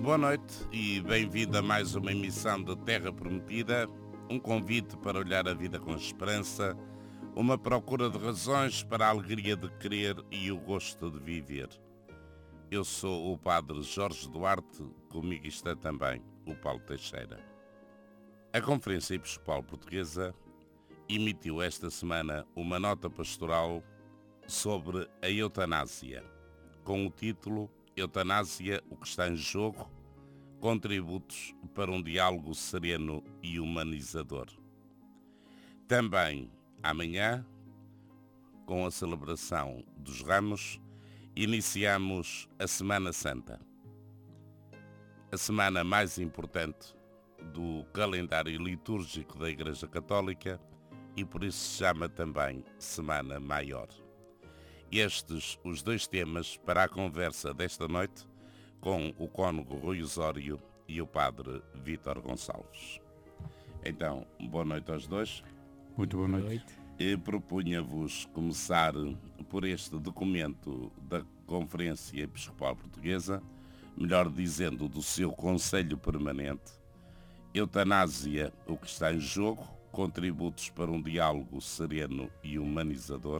Boa noite e bem-vindo a mais uma emissão de Terra Prometida, um convite para olhar a vida com esperança, uma procura de razões para a alegria de querer e o gosto de viver. Eu sou o Padre Jorge Duarte, comigo está também o Paulo Teixeira. A Conferência Episcopal Portuguesa emitiu esta semana uma nota pastoral sobre a eutanásia, com o título Eutanásia, o que está em jogo, contributos para um diálogo sereno e humanizador. Também amanhã, com a celebração dos Ramos, iniciamos a Semana Santa, a semana mais importante do calendário litúrgico da Igreja Católica e por isso se chama também Semana Maior. Estes os dois temas para a conversa desta noite com o cônego Rui Osório e o padre Vítor Gonçalves. Então, boa noite aos dois. Muito boa noite. E propunha-vos começar por este documento da Conferência Episcopal Portuguesa, melhor dizendo, do seu Conselho Permanente, Eutanásia, o que está em jogo, contributos para um diálogo sereno e humanizador.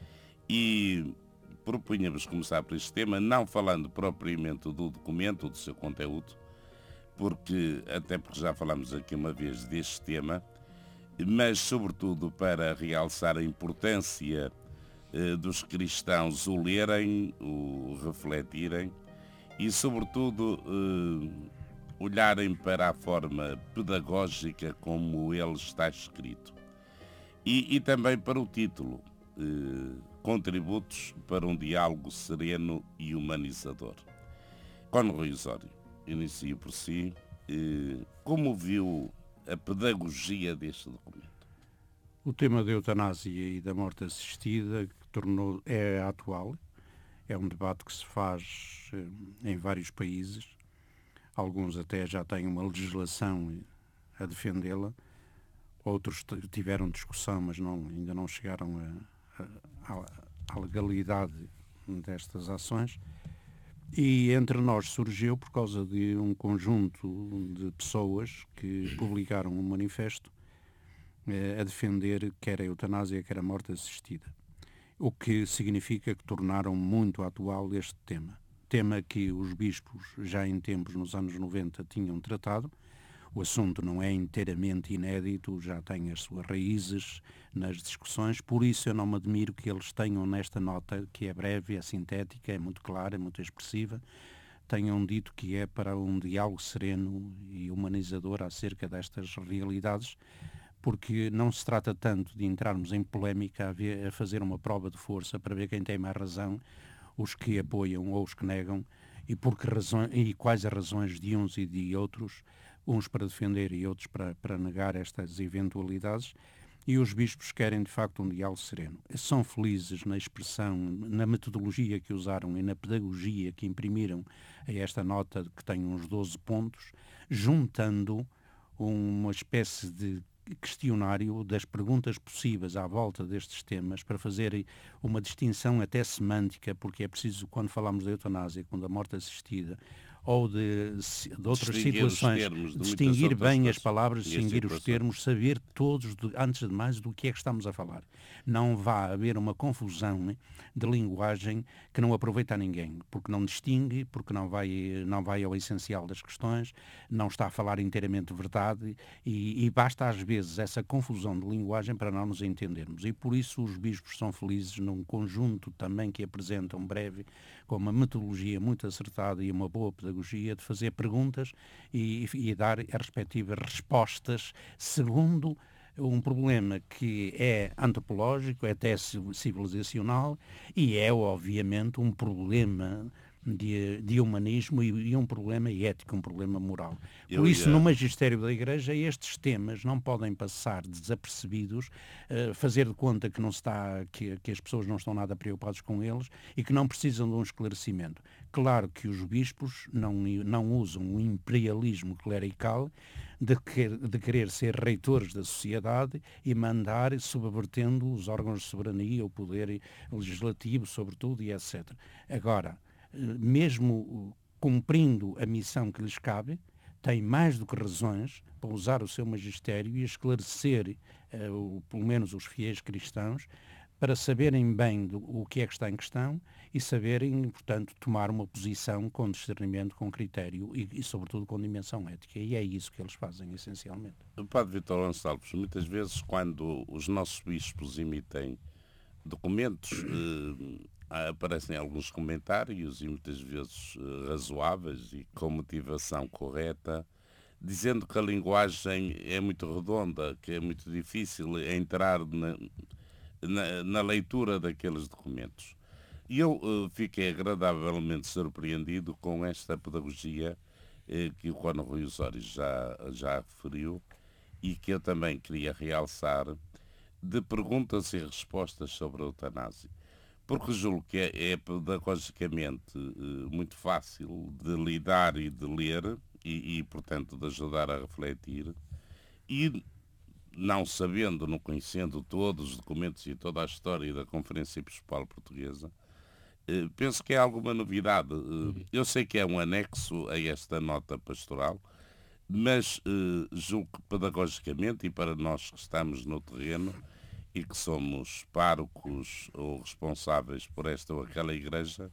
E propunha-vos começar por este tema, não falando propriamente do documento, do seu conteúdo, porque já falamos aqui uma vez deste tema, mas sobretudo para realçar a importância dos cristãos o lerem, o refletirem e sobretudo olharem para a forma pedagógica como ele está escrito. E também para o título, contributos para um diálogo sereno e humanizador. Cônego Rui Osório, inicio por si. Como viu a pedagogia deste documento? O tema da eutanásia e da morte assistida é atual. É um debate que se faz em vários países. Alguns até já têm uma legislação a defendê-la. Outros tiveram discussão, mas ainda não chegaram à legalidade destas ações. E entre nós surgiu por causa de um conjunto de pessoas que publicaram um manifesto a defender quer a eutanásia, quer a morte assistida. O que significa que tornaram muito atual este tema. Tema que os bispos já em tempos, nos anos 90, tinham tratado. O assunto não é inteiramente inédito, já tem as suas raízes nas discussões, por isso eu não me admiro que eles tenham nesta nota, que é breve, é sintética, é muito clara, é muito expressiva, tenham dito que é para um diálogo sereno e humanizador acerca destas realidades, porque não se trata tanto de entrarmos em polémica a fazer uma prova de força para ver quem tem mais razão, os que apoiam ou os que negam, e quais as razões de uns e de outros, uns para defender e outros para negar estas eventualidades, e os bispos querem de facto um diálogo sereno. São felizes na expressão, na metodologia que usaram e na pedagogia que imprimiram a esta nota que tem uns 12 pontos, juntando uma espécie de questionário das perguntas possíveis à volta destes temas para fazer uma distinção até semântica, porque é preciso, quando falamos da eutanásia, quando a morte assistida, ou de outras situações, distinguir bem as palavras, distinguir os termos, saber todos, antes de mais, do que é que estamos a falar. Não vá haver uma confusão de linguagem que não aproveita a ninguém, porque não distingue, porque não vai ao essencial das questões, não está a falar inteiramente verdade e basta às vezes essa confusão de linguagem para não nos entendermos. E por isso os bispos são felizes num conjunto também que apresentam breve, com uma metodologia muito acertada e uma boa pedagogia, de fazer perguntas e dar as respectivas respostas segundo um problema que é antropológico, é até civilizacional e é, obviamente, um problema de humanismo e um problema ético, um problema moral. Por isso, no magistério da Igreja, estes temas não podem passar desapercebidos, fazer de conta que, que as pessoas não estão nada preocupadas com eles e que não precisam de um esclarecimento. Claro que os bispos não usam o imperialismo clerical de querer ser reitores da sociedade e mandar, subvertendo os órgãos de soberania, o poder legislativo, sobretudo, e etc. Agora, mesmo cumprindo a missão que lhes cabe, têm mais do que razões para usar o seu magistério e esclarecer, pelo menos os fiéis cristãos, para saberem bem o que é que está em questão e saberem, portanto, tomar uma posição com discernimento, com critério e sobretudo, com dimensão ética. E é isso que eles fazem, essencialmente. Padre Vítor Gonçalves, muitas vezes quando os nossos bispos emitem documentos, aparecem alguns comentários e muitas vezes razoáveis e com motivação correta, dizendo que a linguagem é muito redonda, que é muito difícil entrar na leitura daqueles documentos. E eu fiquei agradavelmente surpreendido com esta pedagogia que o Cono Rui Osório já referiu e que eu também queria realçar, de perguntas e respostas sobre a eutanásia. Porque julgo que é pedagogicamente muito fácil de lidar e de ler e, portanto, de ajudar a refletir. E, não sabendo, não conhecendo todos os documentos e toda a história da Conferência Episcopal Portuguesa, penso que é alguma novidade. Eu sei que é um anexo a esta nota pastoral, mas julgo que pedagogicamente, e para nós que estamos no terreno e que somos párocos ou responsáveis por esta ou aquela igreja,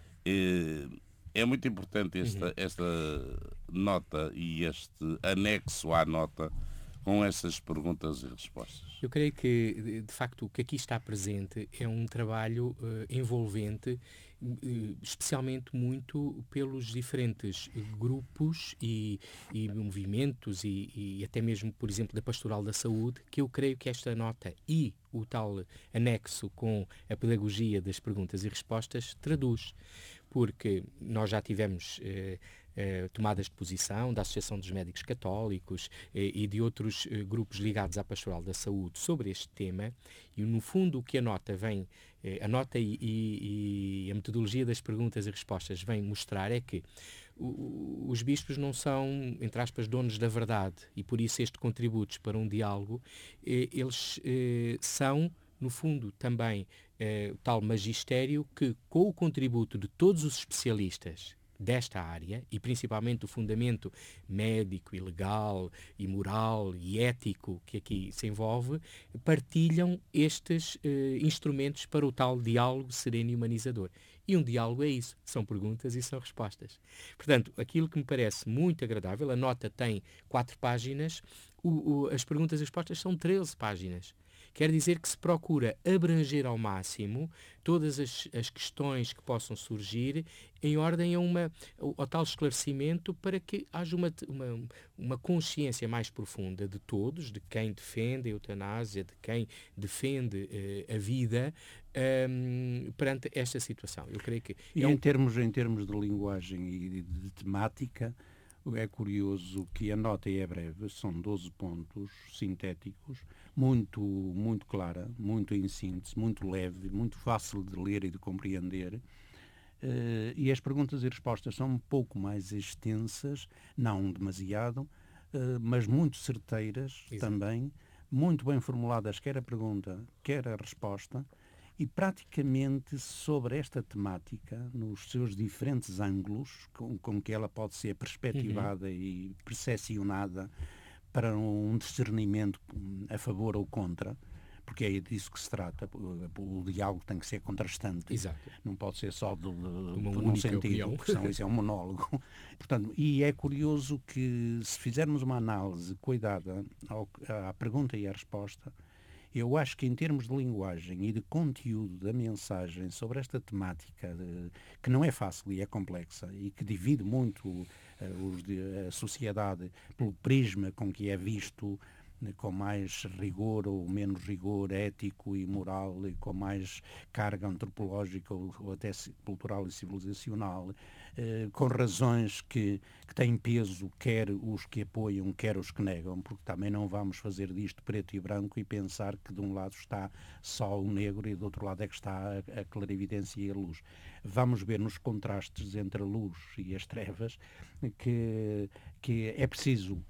é muito importante esta nota e este anexo à nota com essas perguntas e respostas. Eu creio que, de facto, o que aqui está presente é um trabalho envolvente, especialmente muito pelos diferentes grupos e movimentos e até mesmo, por exemplo, da Pastoral da Saúde, que eu creio que esta nota e o tal anexo com a pedagogia das perguntas e respostas traduz. Porque nós já tivemos tomadas de posição da Associação dos Médicos Católicos e de outros grupos ligados à Pastoral da Saúde sobre este tema, e no fundo o que a nota vem, a nota e a metodologia das perguntas e respostas vem mostrar é que os bispos não são, entre aspas, donos da verdade, e por isso este contributos para um diálogo, eles são, no fundo, também o tal magistério que, com o contributo de todos os especialistas desta área, e principalmente o fundamento médico e legal e moral e ético que aqui se envolve, partilham estes instrumentos para o tal diálogo sereno e humanizador. E um diálogo é isso, são perguntas e são respostas. Portanto, aquilo que me parece muito agradável, a nota tem 4 páginas, as perguntas e respostas são 13 páginas. Quer dizer que se procura abranger ao máximo todas as questões que possam surgir em ordem ao tal esclarecimento para que haja uma consciência mais profunda de todos, de quem defende a eutanásia, de quem defende a vida perante esta situação. Eu creio que em termos de linguagem e de temática, é curioso que a nota é breve, são 12 pontos sintéticos, muito clara, muito em síntese, muito leve, muito fácil de ler e de compreender. E as perguntas e respostas são um pouco mais extensas, não demasiado, mas muito certeiras. Exato. Também, muito bem formuladas, quer a pergunta, quer a resposta, e praticamente sobre esta temática, nos seus diferentes ângulos, com que ela pode ser perspectivada e percepcionada para um discernimento a favor ou contra, porque é disso que se trata. O diálogo tem que ser contrastante. Exato. Não pode ser só num sentido, senão isso é um monólogo. Portanto, e é curioso que, se fizermos uma análise cuidada à pergunta e à resposta, eu acho que, em termos de linguagem e de conteúdo da mensagem sobre esta temática, que não é fácil e é complexa e que divide muito a sociedade pelo prisma com que é visto, com mais rigor ou menos rigor ético e moral, e com mais carga antropológica ou até cultural e civilizacional, com razões que têm peso, quer os que apoiam, quer os que negam, porque também não vamos fazer disto preto e branco e pensar que de um lado está só o negro e do outro lado é que está a clarividência e a luz. Vamos ver nos contrastes entre a luz e as trevas que é preciso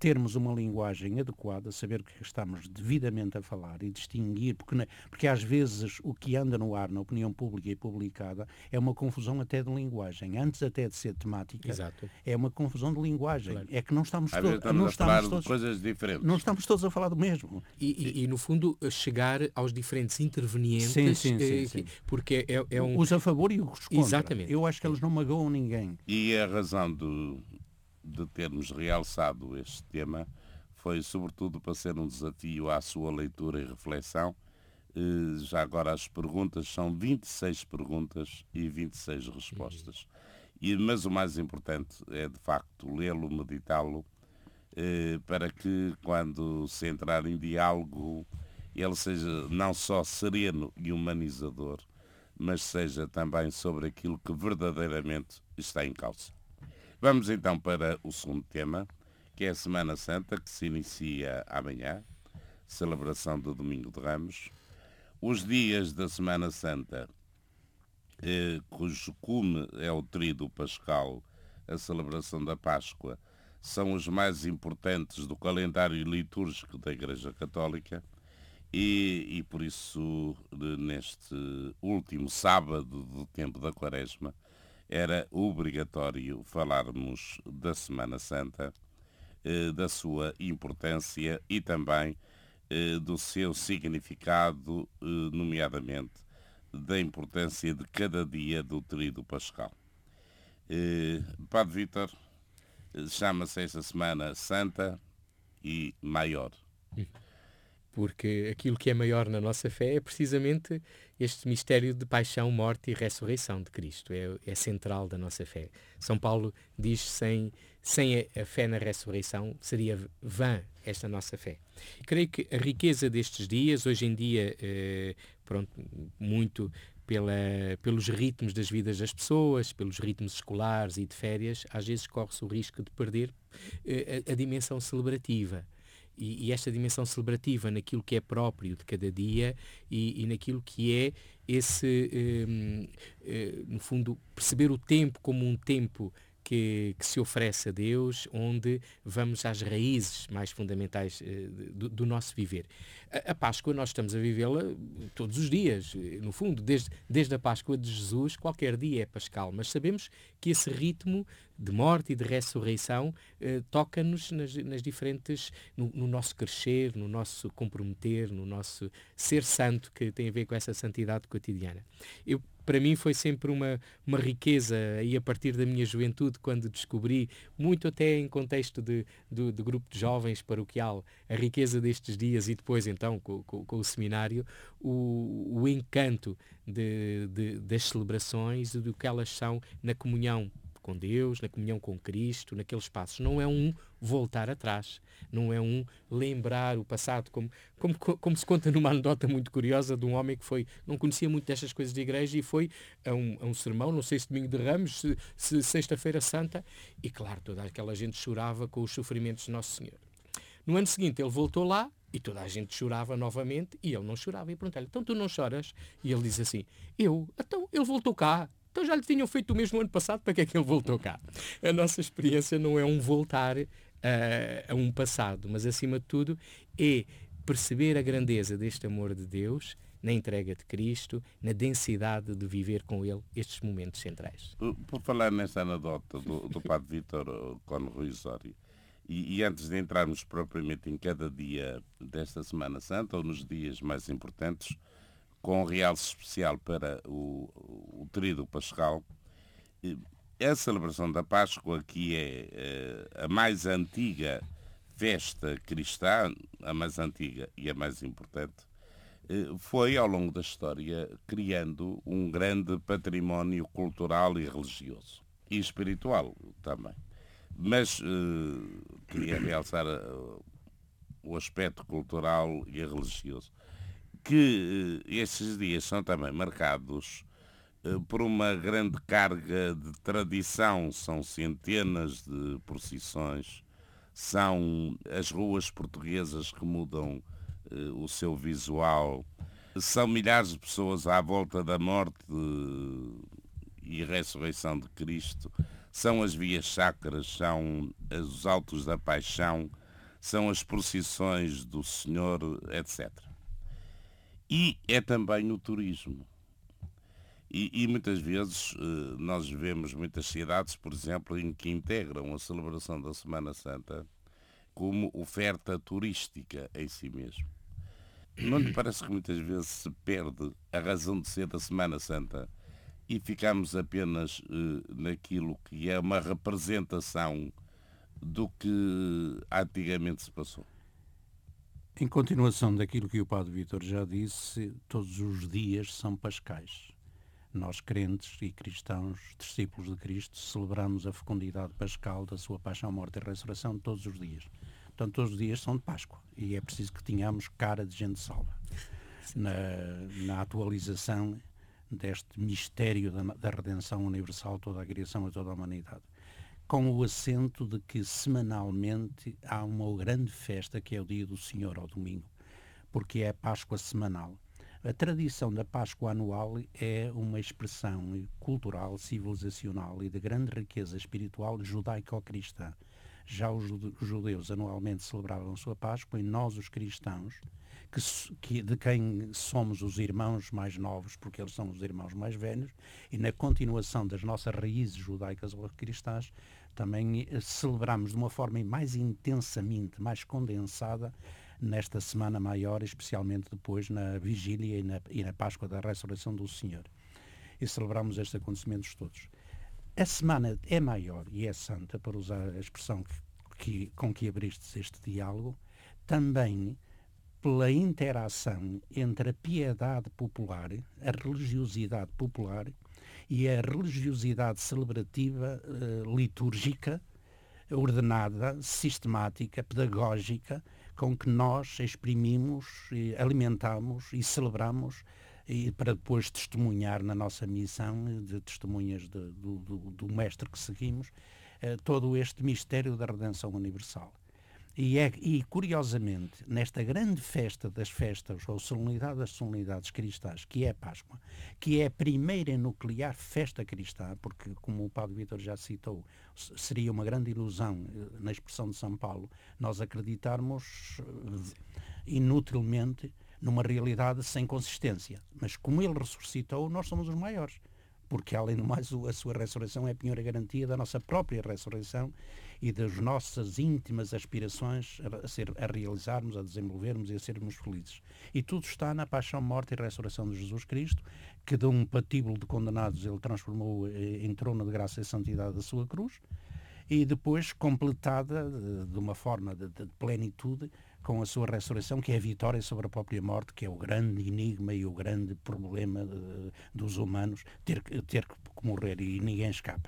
termos uma linguagem adequada, saber que estamos devidamente a falar e distinguir, porque às vezes o que anda no ar na opinião pública e publicada é uma confusão até de linguagem, antes até de ser temática. Exato. É uma confusão de linguagem. Claro. É que não estamos todos a falar de coisas diferentes. Não estamos todos a falar do mesmo. E no fundo, chegar aos diferentes intervenientes, sim. porque é um... Os a favor e os contra. Exatamente. Eu acho que eles não magoam ninguém. E a razão de termos realçado este tema foi sobretudo para ser um desafio à sua leitura e reflexão. Já agora as perguntas são 26 perguntas e 26 respostas. Mas o mais importante é de facto lê-lo, meditá-lo, para que quando se entrar em diálogo ele seja não só sereno e humanizador, mas seja também sobre aquilo que verdadeiramente está em causa. Vamos então para o segundo tema, que é a Semana Santa, que se inicia amanhã, celebração do Domingo de Ramos. Os dias da Semana Santa, cujo cume é o Tríduo Pascal, a celebração da Páscoa, são os mais importantes do calendário litúrgico da Igreja Católica e por isso, neste último sábado do tempo da Quaresma, era obrigatório falarmos da Semana Santa, da sua importância e também do seu significado, nomeadamente da importância de cada dia do Tríduo Pascal. Padre Vítor, chama-se esta Semana Santa e Maior. Porque aquilo que é maior na nossa fé é precisamente este mistério de paixão, morte e ressurreição de Cristo. É central da nossa fé. São Paulo diz sem a fé na ressurreição seria vã esta nossa fé. Creio que a riqueza destes dias, hoje em dia, muito pelos ritmos das vidas das pessoas, pelos ritmos escolares e de férias, às vezes corre-se o risco de perder a dimensão celebrativa. E esta dimensão celebrativa naquilo que é próprio de cada dia e naquilo que é no fundo, perceber o tempo como um tempo que se oferece a Deus, onde vamos às raízes mais fundamentais do nosso viver. A Páscoa nós estamos a vivê-la todos os dias, no fundo, desde a Páscoa de Jesus, qualquer dia é pascal, mas sabemos que esse ritmo de morte e de ressurreição toca-nos nas diferentes, no nosso crescer, no nosso comprometer, no nosso ser santo, que tem a ver com essa santidade cotidiana. Para mim foi sempre uma riqueza, e a partir da minha juventude, quando descobri, muito até em contexto do grupo de jovens paroquial, a riqueza destes dias e depois então com o seminário, o encanto das celebrações e do que elas são na comunhão com Deus, na comunhão com Cristo, naqueles passos. Não é um voltar atrás, não é um lembrar o passado, como se conta numa anedota muito curiosa de um homem que não conhecia muito destas coisas de igreja e foi a um sermão, não sei se Domingo de Ramos, se Sexta-feira Santa, e claro, toda aquela gente chorava com os sofrimentos de Nosso Senhor. No ano seguinte ele voltou lá e toda a gente chorava novamente e ele não chorava. E perguntei-lhe, então tu não choras? E ele diz assim, então ele voltou cá. Então já lhe tinham feito o mesmo ano passado, para que é que ele voltou cá? A nossa experiência não é um voltar a um passado, mas acima de tudo é perceber a grandeza deste amor de Deus na entrega de Cristo, na densidade de viver com Ele estes momentos centrais. Por falar nessa anedota do Padre Vítor Cone Rui Osório, e antes de entrarmos propriamente em cada dia desta Semana Santa, ou nos dias mais importantes, com um realce especial para o Tríduo Pascal, a celebração da Páscoa, que é a mais antiga festa cristã, a mais antiga e a mais importante, foi, ao longo da história, criando um grande património cultural e religioso. E espiritual também. Mas queria realçar o aspecto cultural e religioso. Que estes dias são também marcados por uma grande carga de tradição. São centenas de procissões, são as ruas portuguesas que mudam o seu visual, são milhares de pessoas à volta da morte e ressurreição de Cristo, são as vias sacras, são os altos da paixão, são as procissões do Senhor, etc. E é também o turismo. E muitas vezes nós vemos muitas cidades, por exemplo, em que integram a celebração da Semana Santa como oferta turística em si mesmo. Não lhe parece que muitas vezes se perde a razão de ser da Semana Santa e ficamos apenas naquilo que é uma representação do que antigamente se passou? Em continuação daquilo que o Padre Vítor já disse, todos os dias são pascais. Nós, crentes e cristãos, discípulos de Cristo, celebramos a fecundidade pascal da sua paixão, morte e ressurreição todos os dias. Portanto, todos os dias são de Páscoa. E é preciso que tenhamos cara de gente salva na atualização deste mistério da redenção universal, toda a criação e toda a humanidade. Com o acento de que semanalmente há uma grande festa que é o dia do Senhor, ao domingo, porque é a Páscoa semanal. A tradição da Páscoa anual é uma expressão cultural, civilizacional e de grande riqueza espiritual judaico-cristã. Já os judeus anualmente celebravam a sua Páscoa e nós, os cristãos, de quem somos os irmãos mais novos, porque eles são os irmãos mais velhos, e na continuação das nossas raízes judaicas ou cristãs, também celebramos de uma forma mais intensamente, mais condensada, nesta Semana Maior, especialmente depois na Vigília e na Páscoa da Ressurreição do Senhor. E celebramos estes acontecimentos todos. A semana é maior e é santa, para usar a expressão com que abriste este diálogo, também pela interação entre a piedade popular, a religiosidade popular e a religiosidade celebrativa, litúrgica, ordenada, sistemática, pedagógica, com que nós exprimimos, alimentamos e celebramos, e para depois testemunhar na nossa missão de testemunhas do mestre que seguimos, todo este mistério da redenção universal. E curiosamente, nesta grande festa das festas, ou solenidade das solenidades cristãs, que é a Páscoa, que é a primeira e nuclear festa cristã, porque, como o Padre Vítor já citou, seria uma grande ilusão, na expressão de São Paulo, nós acreditarmos inutilmente numa realidade sem consistência. Mas como ele ressuscitou, nós somos os maiores. Porque, além do mais, a sua ressurreição é a penhora garantia da nossa própria ressurreição e das nossas íntimas aspirações a realizarmos, a desenvolvermos e a sermos felizes. E tudo está na paixão, morte e ressurreição de Jesus Cristo, que de um patíbulo de condenados ele transformou em trono de graça e santidade da sua cruz, e depois completada de uma forma de plenitude com a sua ressurreição, que é a vitória sobre a própria morte, que é o grande enigma e o grande problema dos humanos, ter que morrer, e ninguém escapa.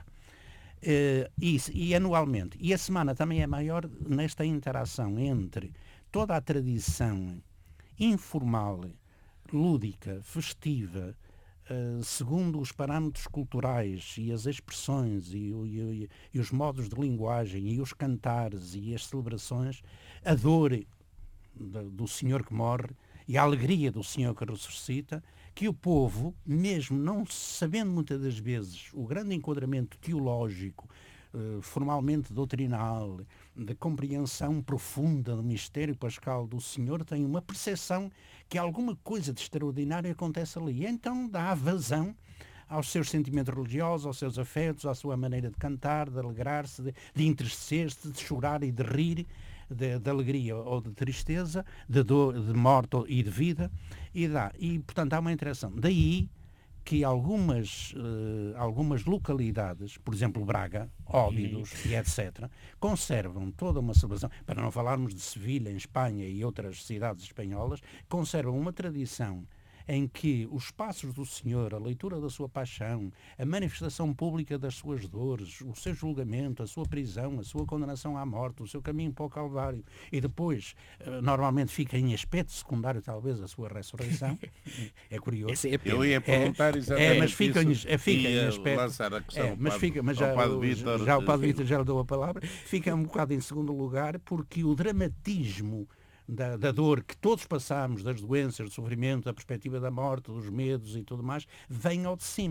E anualmente. E a semana também é maior nesta interação entre toda a tradição informal, lúdica, festiva, segundo os parâmetros culturais e as expressões e os modos de linguagem e os cantares e as celebrações, a dor do Senhor que morre e a alegria do Senhor que ressuscita, que o povo, mesmo não sabendo muitas das vezes o grande enquadramento teológico, formalmente doutrinal, de compreensão profunda do mistério pascal do Senhor, tem uma percepção que alguma coisa de extraordinário acontece ali. E então dá vazão aos seus sentimentos religiosos, aos seus afetos, à sua maneira de cantar, de alegrar-se, de entristecer-se, de chorar e de rir, de alegria ou de tristeza, de dor, de morte e de vida, e portanto há uma interação. Daí que algumas localidades, por exemplo Braga, Óbidos e etc., conservam toda uma celebração, para não falarmos de Sevilha, em Espanha, e outras cidades espanholas, conservam uma tradição em que os passos do Senhor, a leitura da sua paixão, a manifestação pública das suas dores, o seu julgamento, a sua prisão, a sua condenação à morte, o seu caminho para o Calvário, e depois, normalmente fica em aspecto secundário, talvez, a sua ressurreição. É curioso. Eu ia perguntar exatamente mas fica em aspecto... lançar a questão mas já o Padre Vítor já lhe deu a palavra. Fica um bocado em segundo lugar, porque o dramatismo da dor que todos passamos, das doenças, do sofrimento, da perspectiva da morte, dos medos e tudo mais, vem ao de cima.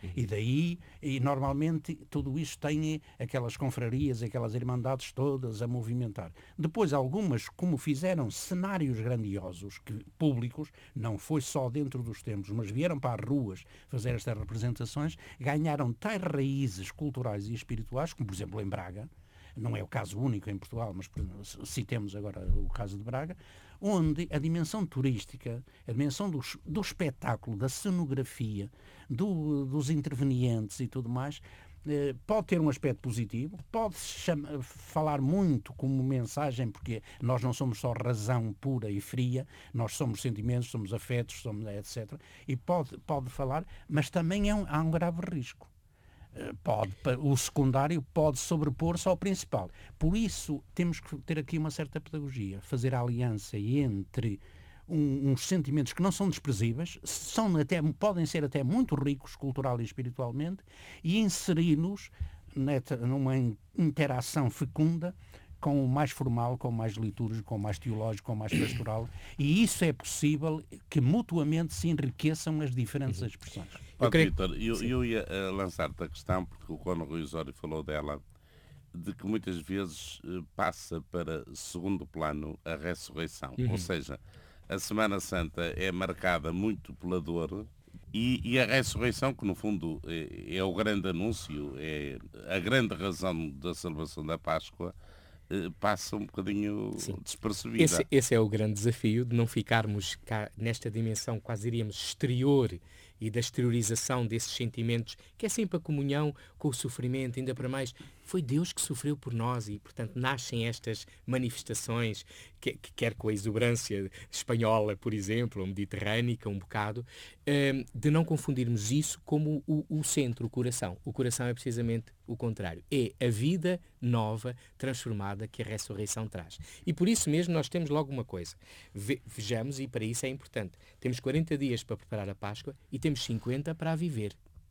E normalmente tudo isto tem aquelas confrarias, aquelas irmandades todas a movimentar. Depois algumas, como fizeram cenários grandiosos, públicos, não foi só dentro dos templos, mas vieram para as ruas fazer estas representações, ganharam tais raízes culturais e espirituais, como por exemplo em Braga, não é o caso único em Portugal, mas citemos agora o caso de Braga, onde a dimensão turística, a dimensão do espetáculo, da cenografia, dos intervenientes e tudo mais, pode ter um aspecto positivo, pode falar muito como mensagem, porque nós não somos só razão pura e fria, nós somos sentimentos, somos afetos, somos etc. E pode falar, mas também há um grave risco. O secundário pode sobrepor-se ao principal. Por isso, temos que ter aqui uma certa pedagogia, fazer a aliança entre uns sentimentos que não são desprezíveis, podem ser até muito ricos cultural e espiritualmente, e inseri-los numa interação fecunda com o mais formal, com o mais litúrgico, com o mais teológico, com o mais pastoral, e isso é possível que mutuamente se enriqueçam as diferentes expressões. Vítor, eu ia lançar-te a questão, porque o Cono Rui Osório falou dela, de que muitas vezes passa para segundo plano a ressurreição. Ou seja, a Semana Santa é marcada muito pela dor e a ressurreição, que no fundo é o grande anúncio, é a grande razão da celebração da Páscoa, passa um bocadinho despercebida. Esse é o grande desafio, de não ficarmos cá nesta dimensão, quase diríamos, exterior, e da exteriorização desses sentimentos, que é sempre a comunhão com o sofrimento, ainda para mais. Foi Deus que sofreu por nós e, portanto, nascem estas manifestações, quer com a exuberância espanhola, por exemplo, ou mediterrânica, um bocado, de não confundirmos isso como o centro, o coração. O coração é precisamente o contrário. É a vida nova, transformada, que a ressurreição traz. E por isso mesmo nós temos logo uma coisa. Vejamos, e para isso é importante, temos 40 dias para preparar a Páscoa e temos 50 para a viver.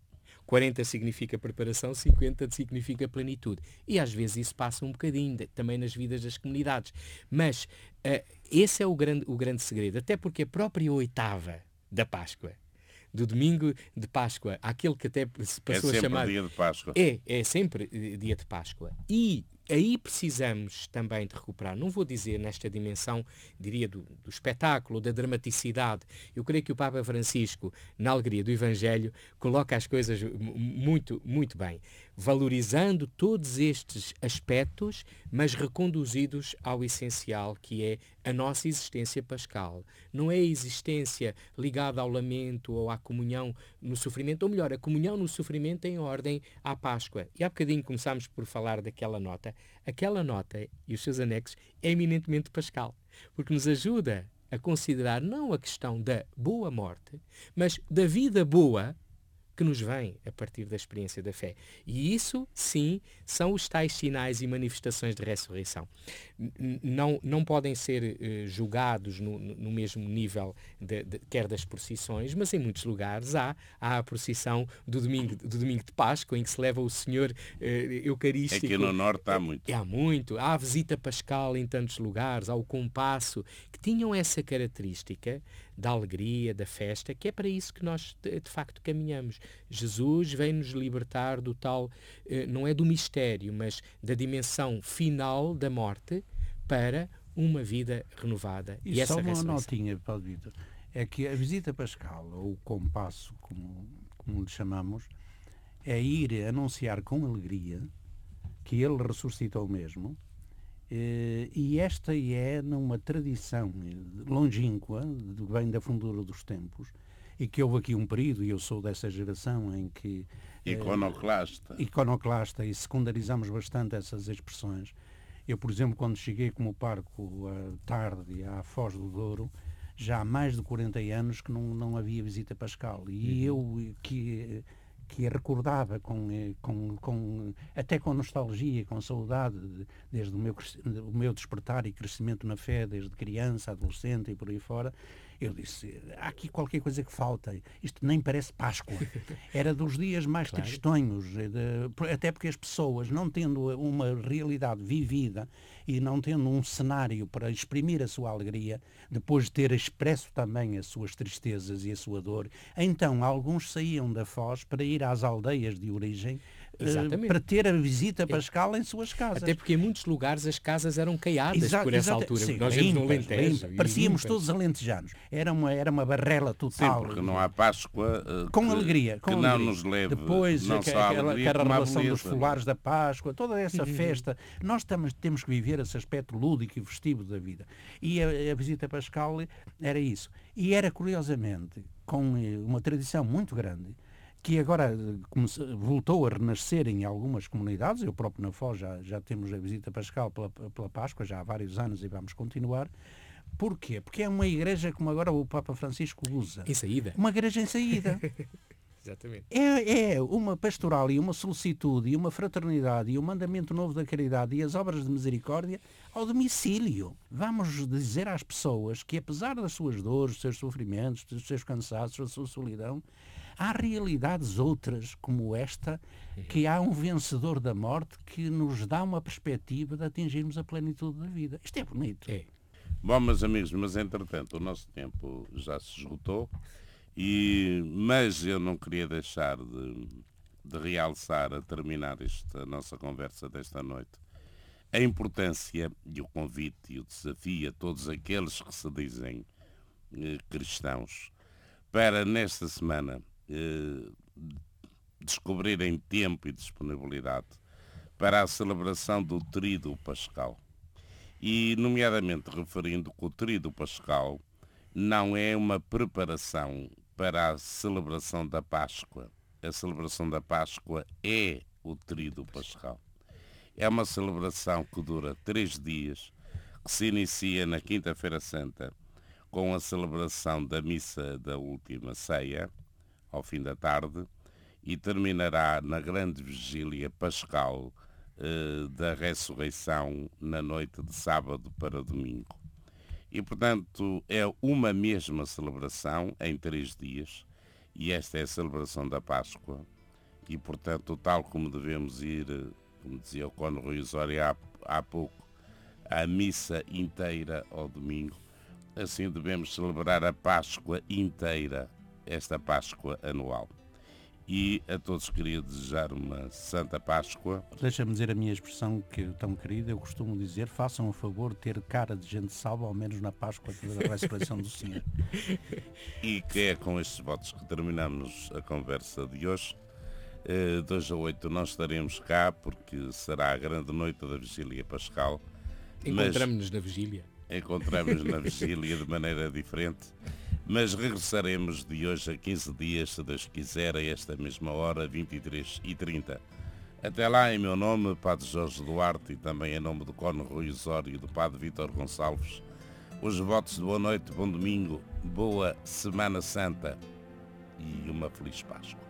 40 significa preparação, 50 significa plenitude. E às vezes isso passa um bocadinho também nas vidas das comunidades. Mas esse é o grande segredo. Até porque a própria oitava da Páscoa, do domingo de Páscoa, aquele que até se passou a chamar... É sempre dia de Páscoa. É sempre dia de Páscoa. E aí precisamos também de recuperar, não vou dizer nesta dimensão, diria, do espetáculo, da dramaticidade. Eu creio que o Papa Francisco, na alegria do Evangelho, coloca as coisas muito, muito bem, valorizando todos estes aspectos, mas reconduzidos ao essencial, que é a nossa existência pascal. Não é a existência ligada ao lamento ou à comunhão no sofrimento, ou melhor, a comunhão no sofrimento em ordem à Páscoa. E há bocadinho começámos por falar daquela nota. Aquela nota e os seus anexos é eminentemente pascal, porque nos ajuda a considerar não a questão da boa morte, mas da vida boa que nos vem a partir da experiência da fé. E isso, sim, são os tais sinais e manifestações de ressurreição. Não podem ser julgados no mesmo nível quer das procissões, mas em muitos lugares há a procissão do domingo de Páscoa, em que se leva o Senhor Eucarístico. Aqui no Norte há muito. Há muito. Há a visita pascal em tantos lugares, há o compasso, que tinham essa característica da alegria, da festa, que é para isso que nós, de facto, caminhamos. Jesus vem nos libertar do tal, não é do mistério, mas da dimensão final da morte para uma vida renovada. E essa só uma notinha, Paulo Vítor, é que a visita pascal, ou o compasso, como lhe chamamos, é ir anunciar com alegria que ele ressuscitou mesmo. E esta é numa tradição longínqua, vem da fundura dos tempos, e que houve aqui um período, e eu sou dessa geração em que... Iconoclasta, e secundarizamos bastante essas expressões. Eu, por exemplo, quando cheguei como parco à tarde à Foz do Douro, já há mais de 40 anos que não havia visita pascal. E eu que recordava até com nostalgia, com saudade, desde o meu despertar e crescimento na fé, desde criança, adolescente e por aí fora, eu disse, há aqui qualquer coisa que falta, isto nem parece Páscoa. Era dos dias mais tristonhos, até porque as pessoas, não tendo uma realidade vivida, e não tendo um cenário para exprimir a sua alegria, depois de ter expresso também as suas tristezas e a sua dor, então alguns saíam da Foz para ir às aldeias de origem, para ter a visita pascal em suas casas. Até porque em muitos lugares as casas eram caiadas por essa altura. Sim, nós vemos no Alentejo. Parecíamos todos alentejanos. Era uma barrela total. Sim, porque não há Páscoa com alegria. Que não nos leve depois não só aquela relação dos beleza, folares da Páscoa, toda essa festa. Nós temos que viver esse aspecto lúdico e festivo da vida. E a visita pascal era isso. E era, curiosamente, com uma tradição muito grande, que agora voltou a renascer em algumas comunidades. Eu próprio na Foz já temos a visita pascal pela Páscoa, já há vários anos, e vamos continuar. Porquê? Porque é uma igreja, como agora o Papa Francisco usa. Em saída. Uma igreja em saída. Exatamente. É uma pastoral e uma solicitude e uma fraternidade e o mandamento novo da caridade e as obras de misericórdia ao domicílio. Vamos dizer às pessoas que, apesar das suas dores, dos seus sofrimentos, dos seus cansaços, da sua solidão, há realidades outras como esta, que há um vencedor da morte que nos dá uma perspectiva de atingirmos a plenitude da vida. Isto é bonito. É. Bom, meus amigos, mas entretanto o nosso tempo já se esgotou, mas eu não queria deixar de realçar, a terminar esta nossa conversa desta noite, a importância e o convite e o desafio a todos aqueles que se dizem cristãos para nesta semana descobrirem tempo e disponibilidade para a celebração do Tríduo Pascal. E, nomeadamente, referindo que o Tríduo Pascal não é uma preparação para a celebração da Páscoa. A celebração da Páscoa é o Tríduo Pascal. É uma celebração que dura 3 dias, que se inicia na Quinta-feira Santa, com a celebração da Missa da Última Ceia, ao fim da tarde, e terminará na grande vigília pascal da ressurreição na noite de sábado para domingo. E, portanto, é uma mesma celebração em 3 dias, e esta é a celebração da Páscoa, e, portanto, tal como devemos ir, como dizia o Cono Rui Osório há pouco, a missa inteira ao domingo, assim devemos celebrar a Páscoa inteira, esta Páscoa anual. E a todos queria desejar uma Santa Páscoa. Deixa-me dizer a minha expressão que é tão querida, eu costumo dizer, façam o favor de ter cara de gente salva, ao menos na Páscoa da ressurreição do Senhor. E que é com estes votos que terminamos a conversa de hoje. 2 a 8 não estaremos cá, porque será a grande noite da Vigília Pascal. Encontramos-nos na Vigília. Encontramos-nos na Vigília de maneira diferente. Mas regressaremos de hoje a 15 dias, se Deus quiser, a esta mesma hora, 23h30. Até lá, em meu nome, Padre Jorge Duarte, e também em nome do Cono Rui Osório e do Padre Vítor Gonçalves, os votos de boa noite, bom domingo, boa Semana Santa e uma feliz Páscoa.